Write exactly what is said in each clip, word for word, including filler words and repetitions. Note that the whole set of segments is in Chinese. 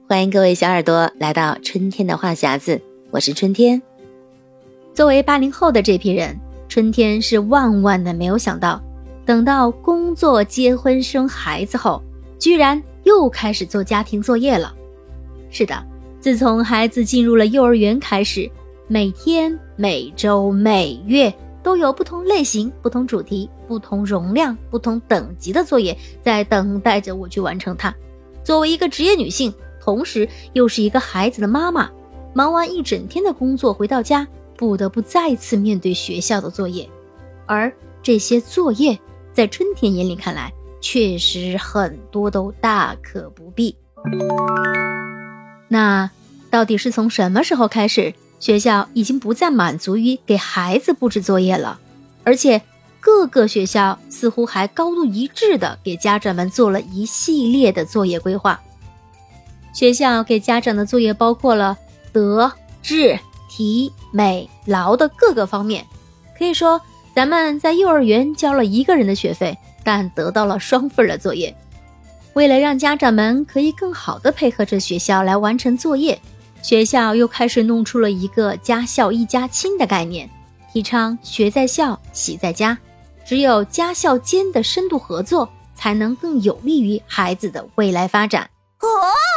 欢迎各位小耳朵来到春天的话匣子，我是春天。作为八零后的这批人，春天是万万的没有想到，等到工作、结婚、生孩子后，居然又开始做家庭作业了。是的，自从孩子进入了幼儿园开始，每天、每周、每月都有不同类型、不同主题、不同容量、不同等级的作业在等待着我去完成它。作为一个职业女性，同时又是一个孩子的妈妈，忙完一整天的工作回到家，不得不再次面对学校的作业。而这些作业在春天眼里看来，确实很多都大可不必。那到底是从什么时候开始，学校已经不再满足于给孩子布置作业了，而且各个学校似乎还高度一致地给家长们做了一系列的作业规划。学校给家长的作业包括了德、智、体、美、劳的各个方面。可以说，咱们在幼儿园交了一个人的学费，但得到了双份的作业。为了让家长们可以更好地配合着学校来完成作业，学校又开始弄出了一个家校一家亲的概念，提倡学在校，习在家。只有家校间的深度合作，才能更有利于孩子的未来发展。哦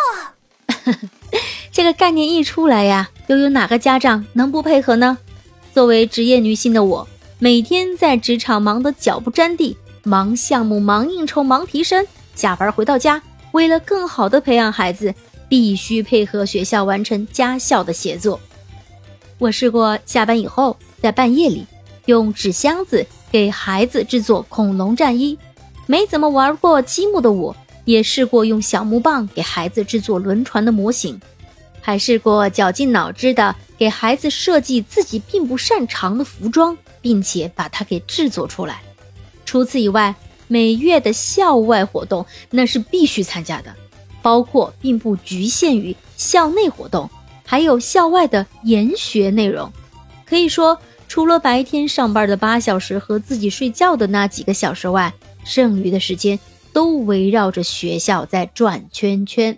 这个概念一出来呀，又有哪个家长能不配合呢？作为职业女性的我，每天在职场忙得脚不沾地，忙项目、忙应酬、忙提升，下班回到家，为了更好地培养孩子，必须配合学校完成家校的协作。我试过下班以后，在半夜里用纸箱子给孩子制作恐龙战衣，没怎么玩过积木的我，也试过用小木棒给孩子制作轮船的模型，还试过绞尽脑汁的给孩子设计自己并不擅长的服装，并且把它给制作出来。除此以外，每月的校外活动那是必须参加的，包括并不局限于校内活动，还有校外的研学内容。可以说，除了白天上班的八小时和自己睡觉的那几个小时外，剩余的时间都围绕着学校在转圈圈。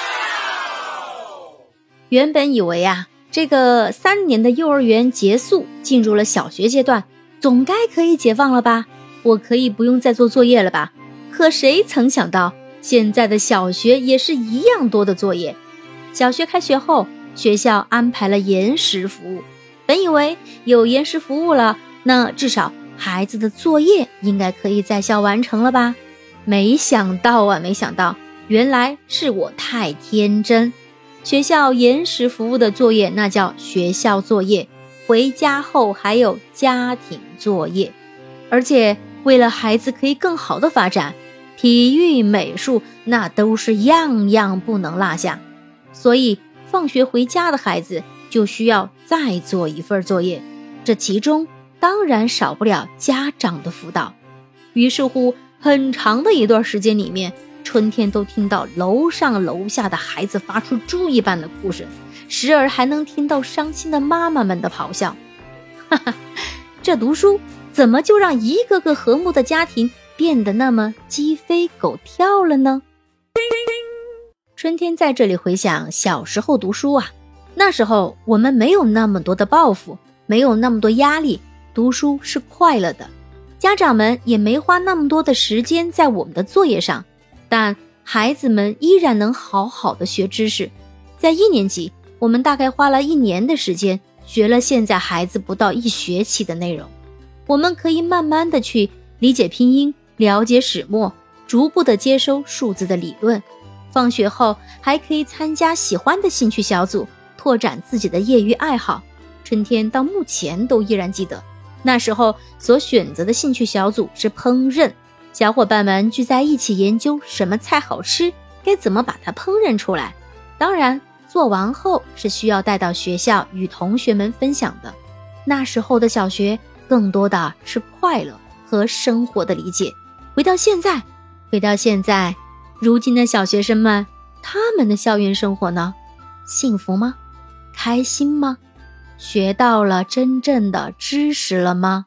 原本以为啊，这个三年的幼儿园结束，进入了小学阶段，总该可以解放了吧？我可以不用再做作业了吧？可谁曾想到，现在的小学也是一样多的作业。小学开学后，学校安排了延时服务。本以为有延时服务了，那至少孩子的作业应该可以在校完成了吧？没想到啊，没想到，原来是我太天真。学校延时服务的作业那叫学校作业，回家后还有家庭作业。而且为了孩子可以更好的发展，体育、美术那都是样样不能落下。所以放学回家的孩子就需要再做一份作业，这其中当然少不了家长的辅导。于是乎，很长的一段时间里面，春天都听到楼上楼下的孩子发出猪一般的哭声，时而还能听到伤心的妈妈们的咆哮。哈哈，这读书怎么就让一个个和睦的家庭变得那么鸡飞狗跳了呢？春天在这里回想小时候读书啊，那时候我们没有那么多的抱负，没有那么多压力，读书是快乐的，家长们也没花那么多的时间在我们的作业上，但孩子们依然能好好的学知识。在一年级，我们大概花了一年的时间，学了现在孩子不到一学期的内容。我们可以慢慢的去理解拼音，了解始末，逐步的接收数字的理论。放学后还可以参加喜欢的兴趣小组，拓展自己的业余爱好。春天到目前都依然记得，那时候所选择的兴趣小组是烹饪，小伙伴们聚在一起研究什么菜好吃，该怎么把它烹饪出来。当然，做完后是需要带到学校与同学们分享的。那时候的小学更多的是快乐和生活的理解。回到现在，回到现在，如今的小学生们，他们的校园生活呢？幸福吗？开心吗？学到了真正的知识了吗？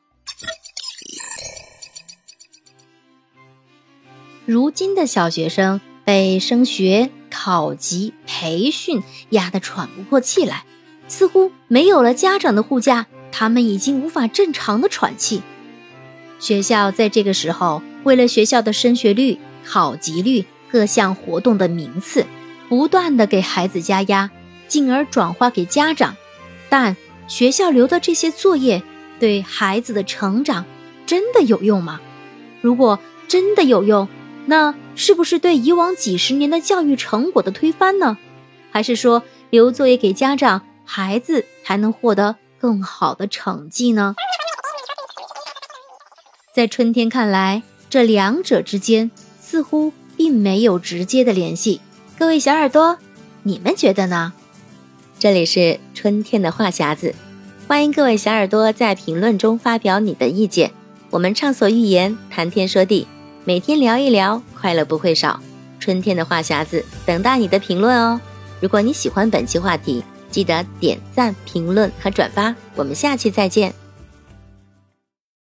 如今的小学生被升学、 考级、培训压得喘不过气来，似乎没有了家长的护驾，他们已经无法正常的喘气。学校在这个时候，为了学校的升学率、考级率、各项活动的名次，不断的给孩子加压，进而转化给家长。但学校留的这些作业对孩子的成长真的有用吗？如果真的有用，那是不是对以往几十年的教育成果的推翻呢？还是说留作业给家长，孩子才能获得更好的成绩呢？在春天看来，这两者之间似乎并没有直接的联系。各位小耳朵，你们觉得呢？这里是春天的话匣子，欢迎各位小耳朵在评论中发表你的意见，我们畅所欲言，谈天说地，每天聊一聊，快乐不会少。春天的话匣子等待你的评论哦。如果你喜欢本期话题，记得点赞、评论和转发，我们下期再见。